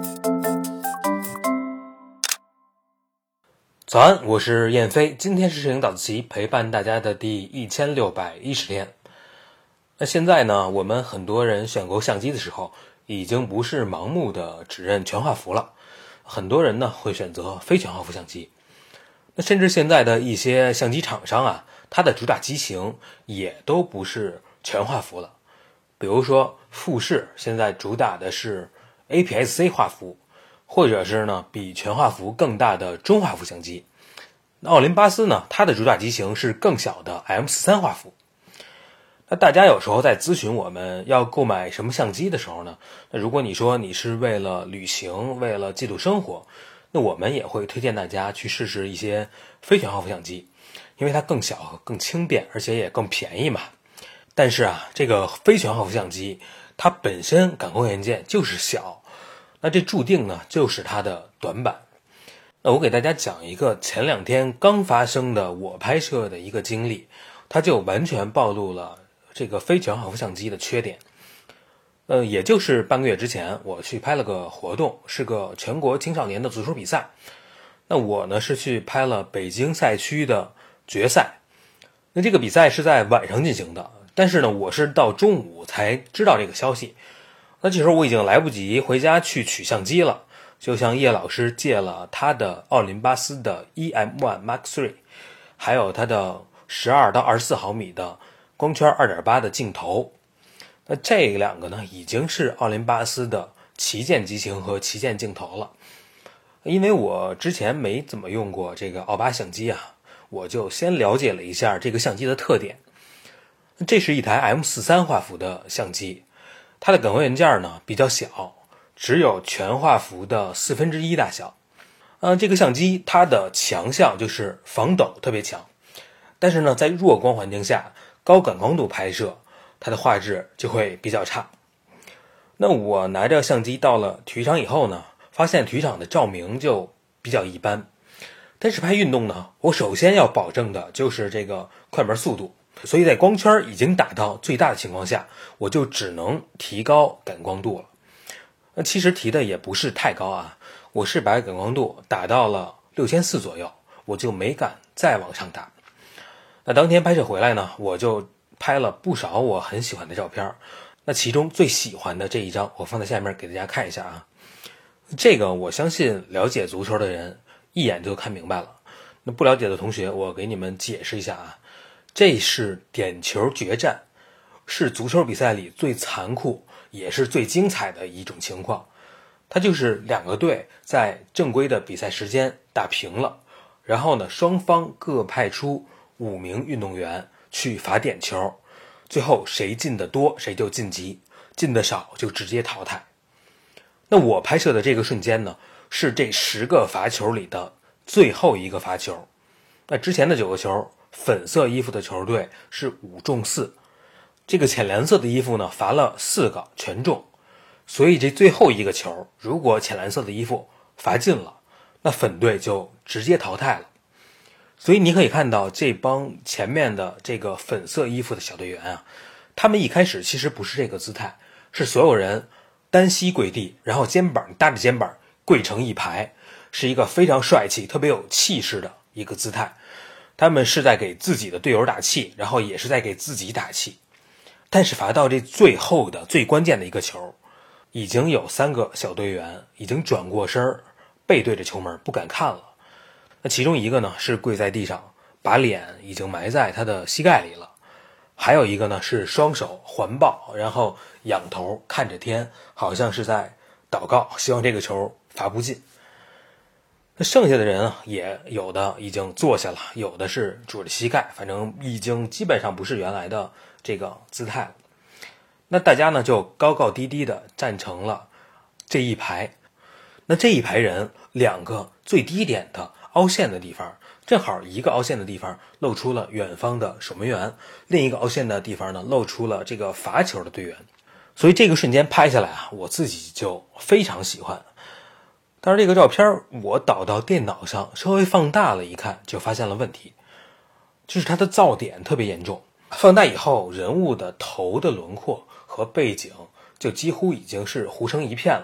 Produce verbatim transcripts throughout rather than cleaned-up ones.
早安，我是燕飞，今天是摄影早自习陪伴大家的第一千六百一十天。那现在呢，我们很多人选购相机的时候，已经不是盲目的只认全画幅了，很多人呢会选择非全画幅相机。那甚至现在的一些相机厂商啊，它的主打机型也都不是全画幅了。比如说富士现在主打的是 A P S C 画幅，或者是呢比全画幅更大的中画幅相机。那奥林巴斯呢，它的主打机型是更小的 M 四十三 画幅。那大家有时候在咨询我们要购买什么相机的时候呢，那如果你说你是为了旅行，为了记录生活，那我们也会推荐大家去试试一些非全画幅相机，因为它更小更轻便，而且也更便宜嘛。但是啊，这个非全画幅相机它本身感光元件就是小，那这注定呢就是它的短板。那我给大家讲一个前两天刚发生的我拍摄的一个经历，它就完全暴露了这个非全画幅相机的缺点。呃，也就是半个月之前，我去拍了个活动，是个全国青少年的足球比赛。那我呢是去拍了北京赛区的决赛。那这个比赛是在晚上进行的，但是呢，我是到中午才知道这个消息。那这时候我已经来不及回家去取相机了，就向叶老师借了他的奥林巴斯的 E M 一 Mark 三，还有他的十二到二十四毫米的光圈 二点八 的镜头。那这两个呢，已经是奥林巴斯的旗舰机型和旗舰镜头了。因为我之前没怎么用过这个奥巴相机啊，我就先了解了一下这个相机的特点。这是一台 M 四十三 画幅的相机，它的感光元件呢比较小，只有全画幅的四分之一大小。呃，这个相机它的强项就是防抖特别强，但是呢，在弱光环境下，高感光度拍摄，它的画质就会比较差。那我拿着相机到了体育场以后呢，发现体育场的照明就比较一般。但是拍运动呢，我首先要保证的就是这个快门速度，所以在光圈已经打到最大的情况下，我就只能提高感光度了。那其实提的也不是太高啊，我是把感光度打到了六千四左右，我就没敢再往上打。那当天拍摄回来呢，我就拍了不少我很喜欢的照片。那其中最喜欢的这一张，我放在下面给大家看一下啊。这个我相信了解足球的人一眼就看明白了。那不了解的同学，我给你们解释一下啊。这是点球决战，是足球比赛里最残酷也是最精彩的一种情况。它就是两个队在正规的比赛时间打平了，然后呢，双方各派出五名运动员去罚点球，最后谁进的多谁就晋级，进的少就直接淘汰。那我拍摄的这个瞬间呢，是这十个罚球里的最后一个罚球。那之前的九个球，粉色衣服的球队是五中四，这个浅蓝色的衣服呢罚了四个全中，所以这最后一个球，如果浅蓝色的衣服罚进了，那粉队就直接淘汰了。所以你可以看到这帮前面的这个粉色衣服的小队员啊，他们一开始其实不是这个姿态，是所有人单膝跪地，然后肩膀搭着肩膀跪成一排，是一个非常帅气特别有气势的一个姿态。他们是在给自己的队友打气，然后也是在给自己打气。但是罚到这最后的最关键的一个球，已经有三个小队员已经转过身背对着球门不敢看了。那其中一个呢是跪在地上，把脸已经埋在他的膝盖里了，还有一个呢是双手环抱，然后仰头看着天，好像是在祷告，希望这个球罚不进。那剩下的人啊，也有的已经坐下了，有的是拄着膝盖，反正已经基本上不是原来的这个姿态了。那大家呢就高高低低的站成了这一排。那这一排人，两个最低点的凹陷的地方，正好一个凹陷的地方露出了远方的守门员，另一个凹陷的地方呢露出了这个罚球的队员。所以这个瞬间拍下来啊，我自己就非常喜欢。但是这个照片我导到电脑上稍微放大了一看，就发现了问题，就是它的噪点特别严重。放大以后，人物的头的轮廓和背景就几乎已经是糊成一片了，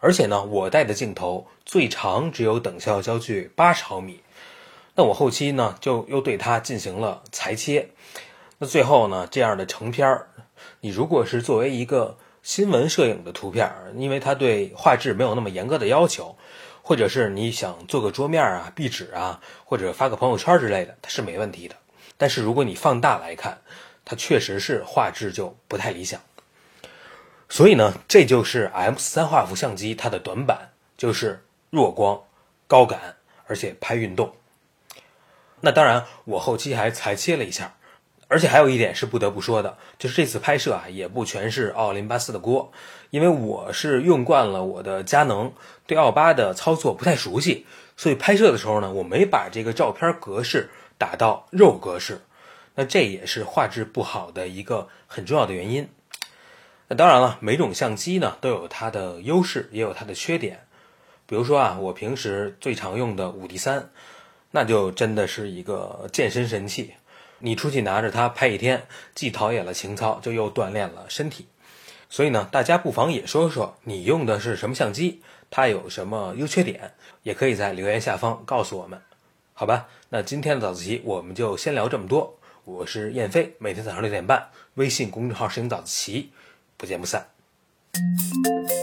而且呢，我带的镜头最长只有等效焦距八十毫米。那我后期呢，就又对它进行了裁切。那最后呢，这样的成片，你如果是作为一个新闻摄影的图片，因为它对画质没有那么严格的要求，或者是你想做个桌面啊、壁纸啊，或者发个朋友圈之类的，它是没问题的。但是如果你放大来看，它确实是画质就不太理想。所以呢，这就是 M 四三 画幅相机它的短板，就是弱光、高感，而且拍运动。那当然，我后期还裁切了一下。而且还有一点是不得不说的，就是这次拍摄啊，也不全是奥林巴斯的锅，因为我是用惯了我的佳能，对奥巴的操作不太熟悉，所以拍摄的时候呢，我没把这个照片格式打到肉格式，那这也是画质不好的一个很重要的原因。那当然了，每种相机呢都有它的优势，也有它的缺点。比如说啊，我平时最常用的五 D 三，那就真的是一个健身神器。你出去拿着它拍一天，既陶冶了情操，就又锻炼了身体。所以呢，大家不妨也说说你用的是什么相机，它有什么优缺点，也可以在留言下方告诉我们。好吧，那今天的早自习我们就先聊这么多。我是燕飞，每天早上六点半，微信公众号摄影早自习，不见不散。